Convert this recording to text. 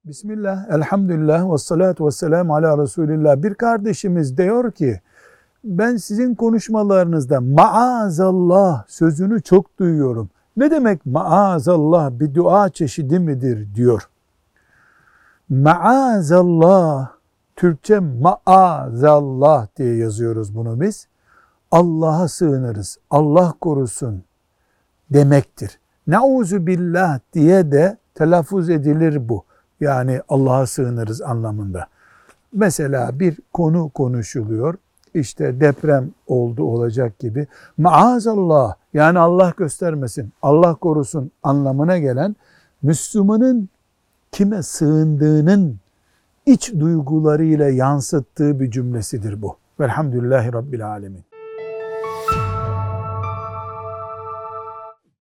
Bismillah, elhamdülillah, ve salatu ve selamu ala Resulillah. Bir kardeşimiz diyor ki, ben sizin konuşmalarınızda maazallah sözünü çok duyuyorum. Ne demek maazallah, bir dua çeşidi midir diyor. Maazallah, Türkçe maazallah diye yazıyoruz bunu biz. Allah'a sığınırız, Allah korusun demektir. Nauzu billah diye de telaffuz edilir bu. Yani Allah'a sığınırız anlamında. Mesela bir konu konuşuluyor. İşte deprem olacak gibi. Maazallah, yani Allah göstermesin, Allah korusun anlamına gelen Müslümanın kime sığındığının iç duygularıyla yansıttığı bir cümlesidir bu. Velhamdülillahi Rabbil Alemin.